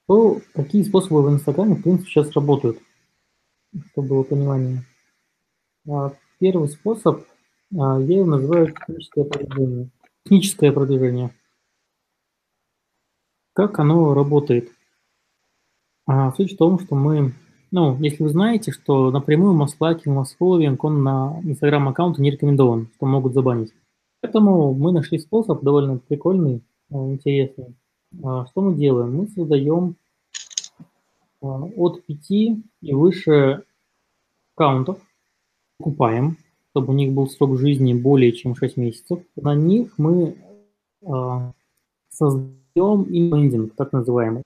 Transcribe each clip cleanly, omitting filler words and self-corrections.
то какие способы в Инстаграме, в принципе, сейчас работают, чтобы было понимание. Первый способ, я его называю техническое продвижение. Техническое продвижение. Как оно работает? Суть в том, что мы, ну, если вы знаете, что напрямую масслайкинг, масфолловинг, он на Инстаграм-аккаунты не рекомендован, что могут забанить. Поэтому мы нашли способ довольно прикольный, интересный. Что мы делаем? Мы создаем от 5 и выше аккаунтов, покупаем, чтобы у них был срок жизни более чем 6 месяцев. На них мы создаем инлендинг, так называемый.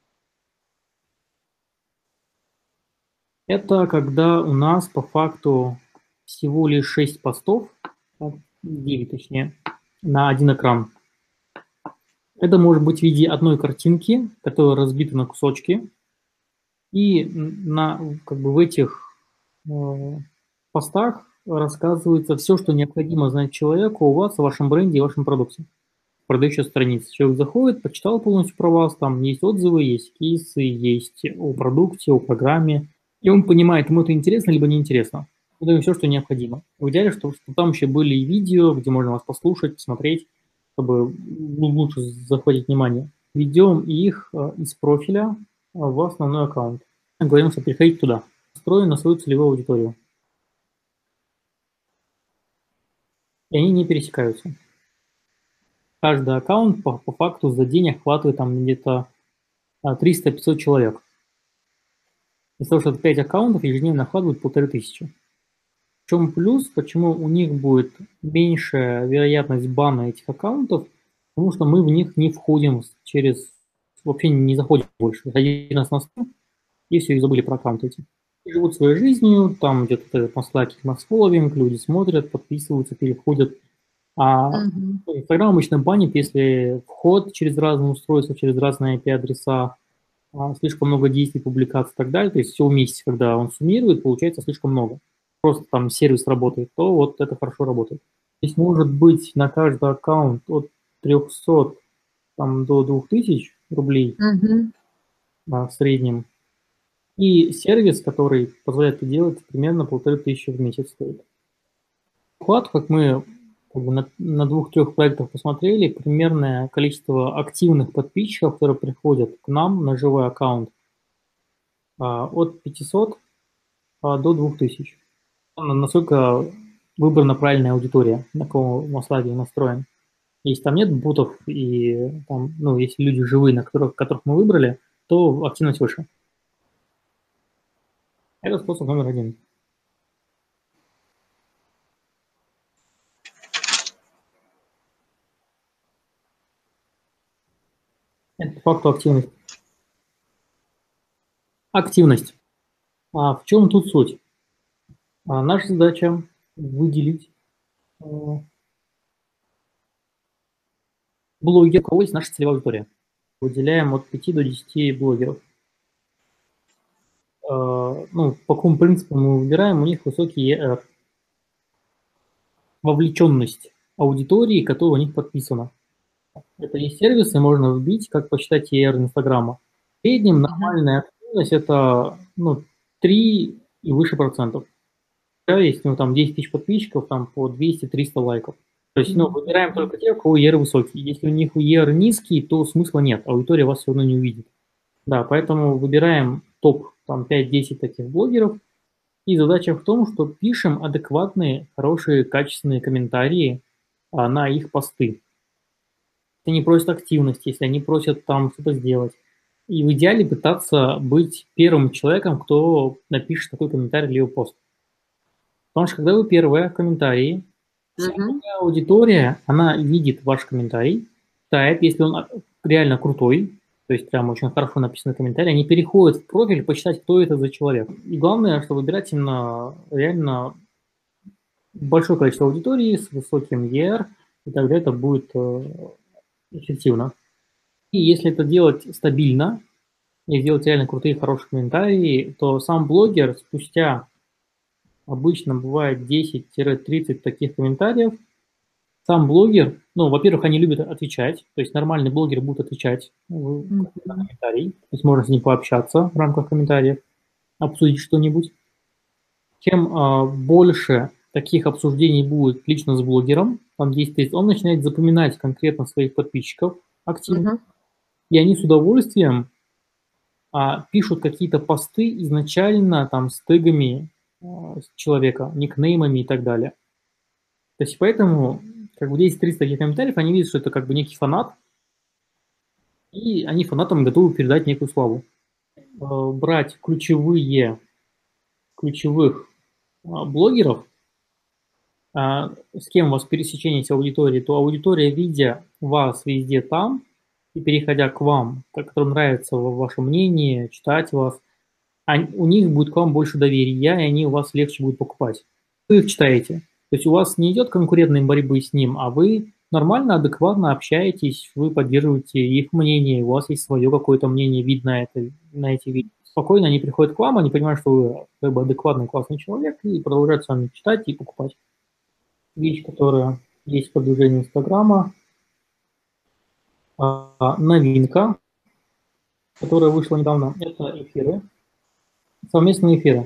Это когда у нас по факту всего лишь 6 постов, 9 точнее, на один экран. Это может быть в виде одной картинки, которая разбита на кусочки. И в этих постах рассказывается все, что необходимо знать человеку у вас, о вашем бренде и вашем продукте. Продающая страница. Человек заходит, почитал полностью про вас, там есть отзывы, есть кейсы, есть о продукте, о программе. И он понимает, ему это интересно либо неинтересно. Мы даем все, что необходимо. В идеале, что там еще были и видео, где можно вас послушать, посмотреть, чтобы лучше захватить внимание. Ведем их из профиля в основной аккаунт. Говорим, что приходите туда. Строим на свою целевую аудиторию. И они не пересекаются. Каждый аккаунт по факту за день охватывает там где-то 300-500 человек. Из того, что 5 аккаунтов ежедневно охватывают 1500. В чем плюс, почему у них будет меньшая вероятность бана этих аккаунтов, потому что мы в них не входим вообще не заходим больше. Один раз на стрим, и все, и забыли про аккаунты эти. Живут своей жизнью, там где-то маслакинг, масфолловинг, люди смотрят, подписываются, переходят. Инстаграм обычно банит, если вход через разные устройства, через разные IP-адреса, слишком много действий, публикаций и так далее. То есть все вместе, когда он суммирует, получается слишком много. Просто там сервис работает, то вот это хорошо работает. Здесь может быть на каждый аккаунт от 300 там, до 2000 рублей в среднем. И сервис, который позволяет это делать, примерно 1500 в месяц стоит. Вклад, как мы на 2-3 проектах посмотрели, примерное количество активных подписчиков, которые приходят к нам на живой аккаунт, от 500 до 2000. Насколько выбрана правильная аудитория, на каком масштабе настроен. Если там нет ботов и там, если люди живые, которых мы выбрали, то активность выше. Это способ номер 1. Это по факту активность. Активность. В чем тут суть? Наша задача выделить блогеров, у кого есть наша целевая аудитория. Выделяем от 5 до 10 блогеров. По какому принципу мы выбираем? У них высокий вовлеченность аудитории, которая у них подписана. Это есть сервисы, можно вбить, как посчитать ER Инстаграма. В среднем нормальная активность это 3 и выше процентов. Есть там 10 тысяч подписчиков, там по 200-300 лайков. То есть выбираем только те, у кого ER высокий. Если у них ER низкий, то смысла нет, аудитория вас все равно не увидит. Да, поэтому выбираем топ там 5-10 таких блогеров. И задача в том, что пишем адекватные, хорошие, качественные комментарии на их посты. Если они просят активности, если они просят там что-то сделать. И в идеале пытаться быть первым человеком, кто напишет такой комментарий либо пост. Потому что когда вы первые в комментарии, вся аудитория, она видит ваш комментарий, читает, если он реально крутой, то есть прям очень хорошо написанный комментарий, они переходят в профиль почитать, кто это за человек. И главное, что выбирать именно реально большое количество аудитории с высоким ER, и тогда это будет эффективно. И если это делать стабильно, и делать реально крутые, хорошие комментарии, то сам блогер спустя, обычно бывает 10-30 таких комментариев, Сам блогер, ну, во-первых, они любят отвечать, то есть нормальный блогер будет отвечать на Мгм. комментарий, то есть можно с ним пообщаться в рамках комментариев, обсудить что-нибудь. Чем больше таких обсуждений будет лично с блогером, там 10 тысяч, он начинает запоминать конкретно своих подписчиков активно, Мгм. и они с удовольствием пишут какие-то посты изначально там с тегами человека, никнеймами и так далее. То есть поэтому, как бы 10-30 таких комментариев, они видят, что это как бы некий фанат, и они фанатам готовы передать некую славу. Брать ключевых блогеров, с кем у вас пересечение с аудиторией, то аудитория, видя вас везде там, и переходя к вам, которым нравится ваше мнение, читать вас, у них будет к вам больше доверия, и они у вас легче будут покупать. Вы их читаете. То есть у вас не идет конкурентной борьбы с ним, а вы нормально, адекватно общаетесь, вы поддерживаете их мнение, у вас есть свое какое-то мнение, видно это, на эти видео. Спокойно они приходят к вам, они понимают, что вы как бы адекватный, классный человек, и продолжают с вами читать и покупать. Вещь, которая есть в продвижении Инстаграма, новинка, которая вышла недавно, это эфиры, совместные эфиры.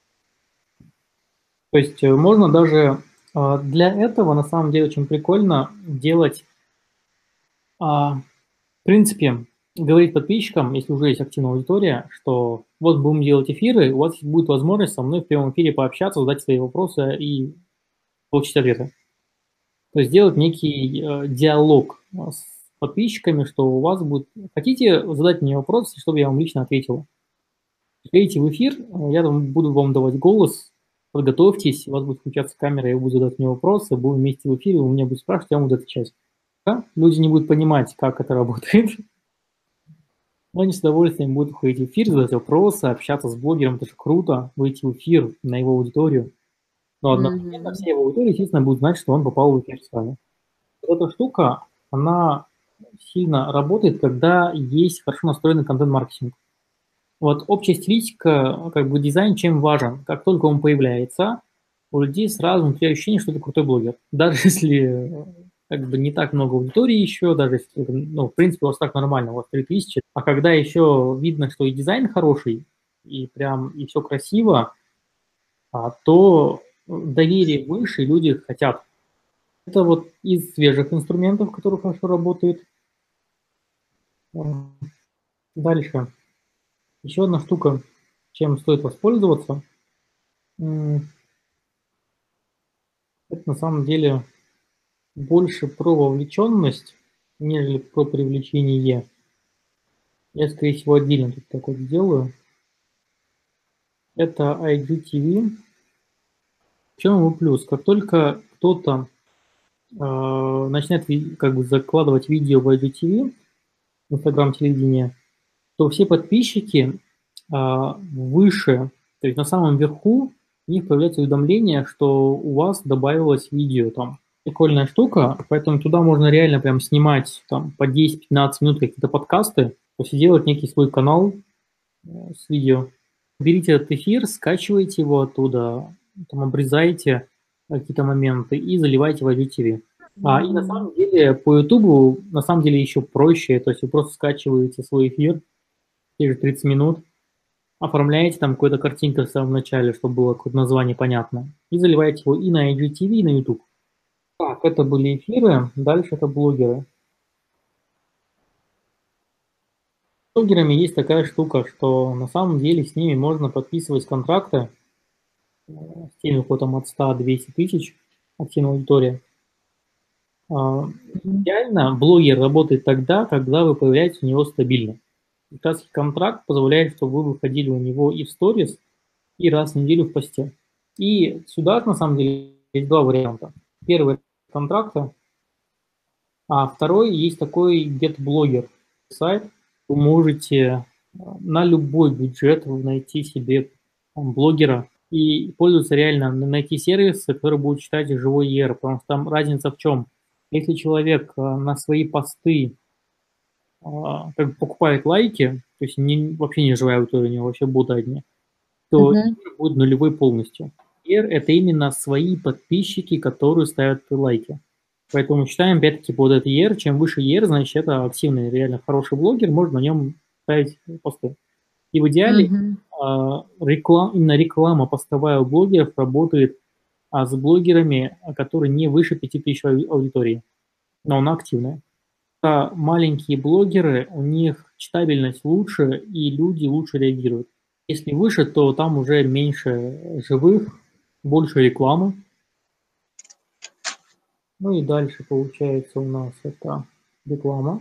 То есть можно даже для этого, на самом деле, очень прикольно делать, в принципе, говорить подписчикам, если уже есть активная аудитория, что вот будем делать эфиры, у вас будет возможность со мной в прямом эфире пообщаться, задать свои вопросы и получить ответы. То есть сделать некий диалог с подписчиками, что у вас будет... Хотите задать мне вопрос, чтобы я вам лично ответил? Приходите в эфир, я там буду вам давать голос, подготовьтесь, у вас будет включаться камера, я буду задавать мне вопросы, будем вместе в эфире, вы меня будете спрашивать, я вам буду отвечать. Да? Люди не будут понимать, как это работает, но они с удовольствием будут входить в эфир, задать вопросы, общаться с блогером, это же круто, выйти в эфир на его аудиторию. Но одновременно Мгм. вся его аудитория, естественно, будет знать, что он попал в эфир с вами. Вот эта штука, она сильно работает, когда есть хорошо настроенный контент-маркетинг. Вот общая стилистика, как бы дизайн чем важен? Как только он появляется, у людей сразу внутри ощущение, что ты крутой блогер. Даже если как бы не так много аудитории еще, даже если, ну, в принципе, у вас так нормально, у вас 3000, а когда еще видно, что и дизайн хороший, и прям, и все красиво, то доверие выше, и люди хотят. Это вот из свежих инструментов, которые хорошо работают. Дальше. Еще одна штука, чем стоит воспользоваться, это на самом деле больше про вовлеченность, нежели про привлечение. Я, скорее всего, отдельно тут так вот сделаю. Это IGTV. В чем его плюс? Как только кто-то начинает как бы закладывать видео в IGTV, Instagram телевидение, то все подписчики выше, то есть на самом верху у них появляется уведомление, что у вас добавилось видео там. Прикольная штука, поэтому туда можно реально прям снимать там по 10-15 минут какие-то подкасты, то есть делать некий свой канал с видео. Берите этот эфир, скачивайте его оттуда, там обрезайте какие-то моменты и заливайте в IGTV. И на Мгм. самом деле по YouTube на самом деле еще проще, то есть вы просто скачиваете свой эфир, те же 30 минут, оформляете там какую-то картинку в самом начале, чтобы было какое-то название понятно, и заливаете его и на IGTV, и на YouTube. Так, это были эфиры, дальше это блогеры. С блогерами есть такая штука, что на самом деле с ними можно подписывать контракты с теми, у кого там от 100-200 тысяч активная аудитория. А, Мгм. Идеально блогер работает тогда, когда вы появляетесь у него стабильно. Как раз контракт позволяет, чтобы вы выходили у него и в сторис, и раз в неделю в посте. И сюда, на самом деле, есть два варианта. Первый – контракта, а второй есть такой GetBlogger сайт. Вы можете на любой бюджет найти себе там, блогера и пользоваться реально, найти сервисы, которые будут читать живой ER, потому что там разница в чем? Если человек на свои посты как бы покупает лайки, то есть вообще не живая аудитория, у него вообще будут одни, то Мгм. эфир будет нулевой полностью. Эфир – это именно свои подписчики, которые ставят лайки. Поэтому считаем, опять-таки, под это ER. Чем выше ER, значит, это активный, реально хороший блогер, можно на нем ставить посты. И в идеале именно реклама постовая у блогеров работает с блогерами, которые не выше 5000 аудитории, но она активная. А маленькие блогеры, у них читабельность лучше, и люди лучше реагируют. Если выше, то там уже меньше живых, больше рекламы. Ну и дальше получается у нас это реклама.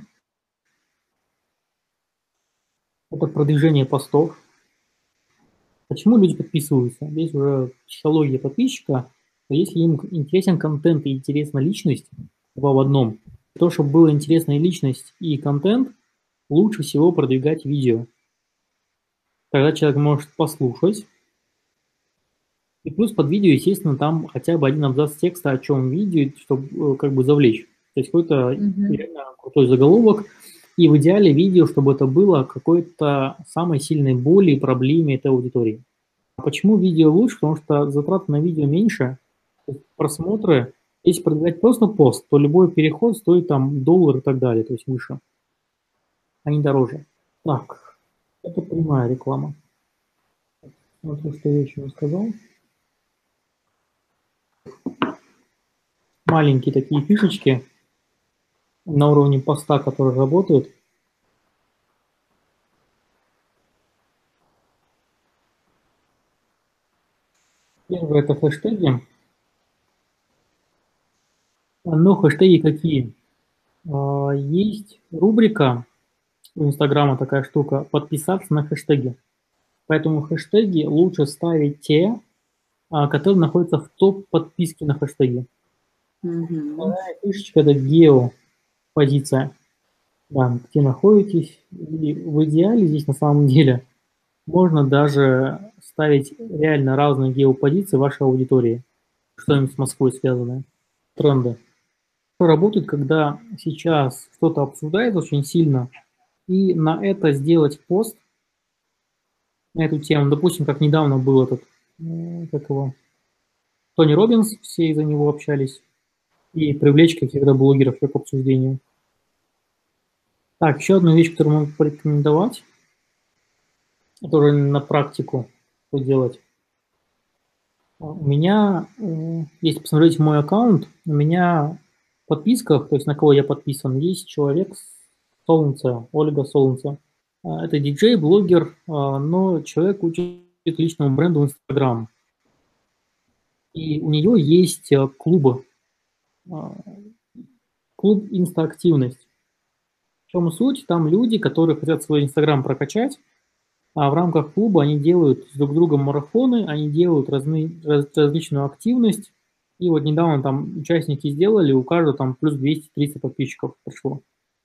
Это продвижение постов. Почему люди подписываются? Здесь уже психология подписчика. Если им интересен контент и интересна личность, два в одном. Для того, чтобы была интересная личность и контент, лучше всего продвигать видео. Тогда человек может послушать. И плюс под видео, естественно, там хотя бы один абзац текста, о чем видео, чтобы как бы завлечь. То есть какой-то реально крутой заголовок. И в идеале видео, чтобы это было какой-то самой сильной боли и проблеме этой аудитории. А почему видео лучше? Потому что затрат на видео меньше, то есть просмотры. Если продвигать просто пост, то любой переход стоит там $1 и так далее, то есть выше, а не дороже. Так, это прямая реклама. Смотрю, что я еще не сказал. Маленькие такие фишечки на уровне поста, которые работают. Первое – это хэштеги. Но хэштеги какие? Есть рубрика у Инстаграма, такая штука, подписаться на хэштеги. Поэтому хэштеги лучше ставить те, которые находятся в топ подписки на хэштеги. Вторая фишечка – это геопозиция. Да, где находитесь. И в идеале здесь на самом деле можно даже ставить реально разные геопозиции вашей аудитории. Что-нибудь с Москвой связанное. Тренды. Что работает, когда сейчас что-то обсуждается очень сильно, и на это сделать пост на эту тему. Допустим, как недавно был этот, как его, Тони Роббинс, все из-за него общались, и привлечь каких-то блогеров к обсуждению. Так, еще одну вещь, которую могу порекомендовать, это уже на практику, что делать. У меня, если посмотреть мой аккаунт, у меня в подписках, то есть на кого я подписан, есть человек Солнце, Ольга Солнце. Это диджей, блогер, но человек учит личному бренду в Инстаграм. И у нее есть клуб Инстаактивность. В чем суть? Там люди, которые хотят свой Инстаграм прокачать, а в рамках клуба они делают с друг другом марафоны, они делают различную активность. И вот недавно там участники сделали, у каждого там плюс 230 подписчиков пришло.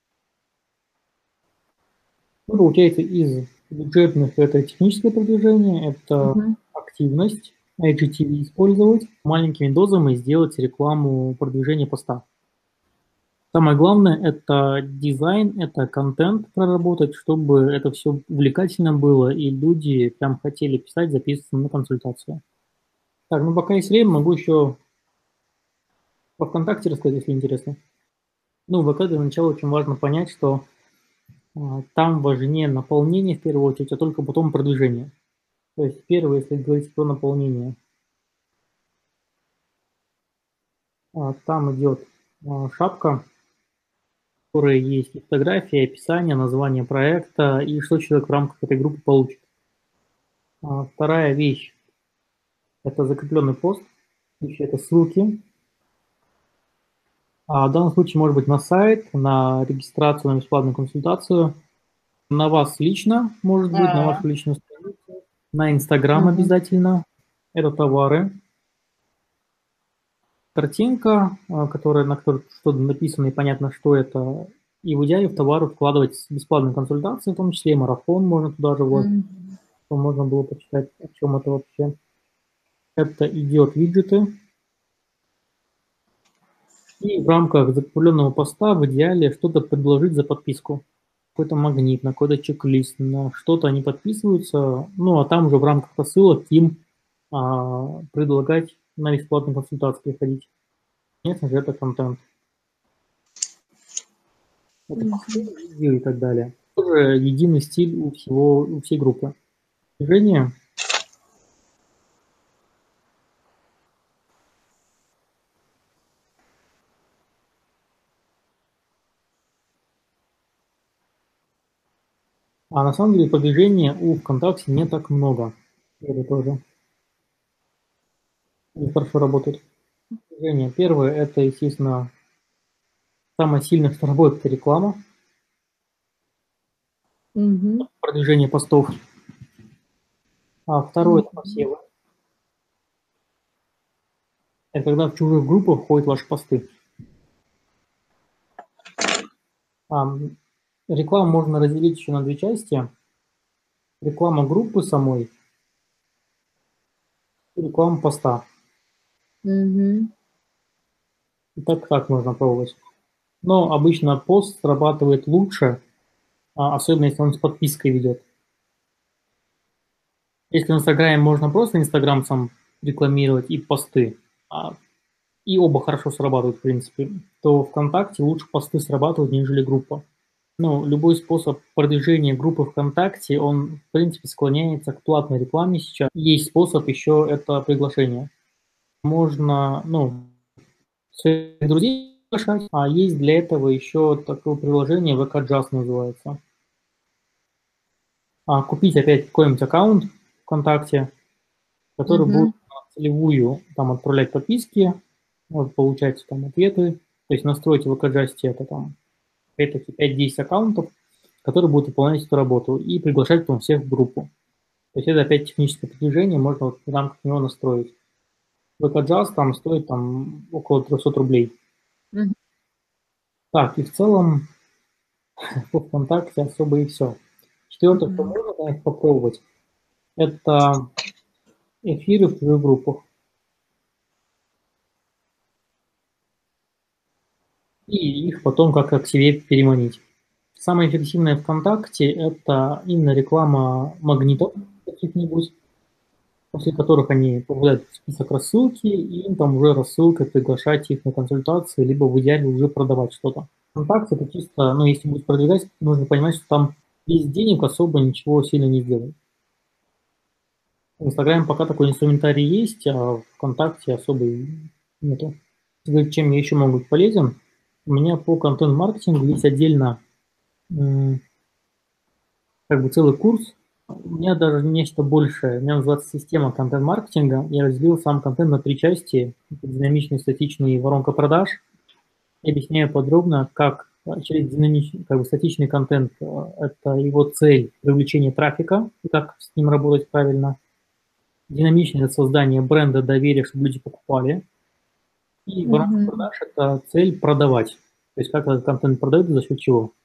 Ну, получается, из бюджетных это техническое продвижение, это активность, IGTV использовать, маленькими дозами сделать рекламу продвижения поста. Самое главное – это дизайн, это контент проработать, чтобы это все увлекательно было, и люди прям хотели писать, записываться на консультацию. Так, ну пока есть время, могу еще по ВКонтакте рассказать, если интересно. Ну, ВК для начала очень важно понять, что там важнее наполнение в первую очередь, а только потом продвижение. То есть первое, если говорить про наполнение, там идет шапка, в которой есть фотография, описание, название проекта и что человек в рамках этой группы получит. Вторая вещь – это закрепленный пост, это ссылки. В данном случае может быть на сайт, на регистрацию, на бесплатную консультацию, на вас лично, может быть, на вашу личную страницу, на Инстаграм обязательно. Это товары. Картинка, на которой что-то написано и понятно, что это. И в идеале в товары вкладывать бесплатную консультацию, в том числе и марафон можно туда же, вот, чтобы можно было почитать, о чем это вообще. Это идет виджеты. И в рамках закрепленного поста в идеале что-то предложить за подписку. Какой-то магнит, на какой-то чек-лист, на что-то они подписываются. Ну, а там уже в рамках рассылок им предлагать на бесплатную консультацию приходить. Конечно же, это контент. Это посты, видео и так далее. Тоже единый стиль у всей группы. Движение. А на самом деле продвижения у ВКонтакте не так много. Это тоже не хорошо работает. Движение. Первое, это, естественно, самое сильное, что работает, это реклама. Продвижение постов. А второе, это посевы. Это когда в чужих группах ходят ваши посты. Рекламу можно разделить еще на две части. Реклама группы самой и реклама поста. И так можно пробовать. Но обычно пост срабатывает лучше, особенно если он с подпиской ведет. Если в Инстаграме можно просто Инстаграм сам рекламировать и посты, и оба хорошо срабатывают, в принципе, то ВКонтакте лучше посты срабатывают, нежели группа. Ну, любой способ продвижения группы ВКонтакте, он, в принципе, склоняется к платной рекламе сейчас. Есть способ еще, это приглашение. Можно, своих друзей приглашать, а есть для этого еще такое приложение, VK Just называется. Купить опять какой-нибудь аккаунт ВКонтакте, который будет целевую там отправлять подписки, получать там ответы, то есть настроить в VK Just это там опять-таки 5-10 аккаунтов, которые будут выполнять эту работу и приглашать потом всех в группу. То есть это опять техническое продвижение, можно вот в рамках него настроить. VK Just там стоит там около 300 рублей. Так, и в целом по ВКонтакте особо и все. Четвертое, что можно, конечно, попробовать, это эфиры в чужих группах. И их потом как к себе переманить. Самое эффективное ВКонтакте – это именно реклама магнитов каких-нибудь, после которых они попадают в список рассылки, и им там уже рассылкой приглашать их на консультации, либо в идеале уже продавать что-то. ВКонтакте это чисто, если будешь продвигать, нужно понимать, что там без денег особо ничего сильно не сделать. В Инстаграме пока такой инструментарий есть, а в ВКонтакте особо нету. Чем я еще могу быть полезен? У меня по контент-маркетингу есть отдельно целый курс. У меня даже нечто большее. У меня называется система контент-маркетинга. Я разделил сам контент на 3 части. Динамичный, статичный и воронка продаж. Я объясняю подробно, как через динамичный, статичный контент, это его цель привлечение трафика и как с ним работать правильно. Динамичное создание бренда, доверия, чтобы люди покупали. И воронка продаж – это цель продавать. То есть как этот контент продают, за счет чего.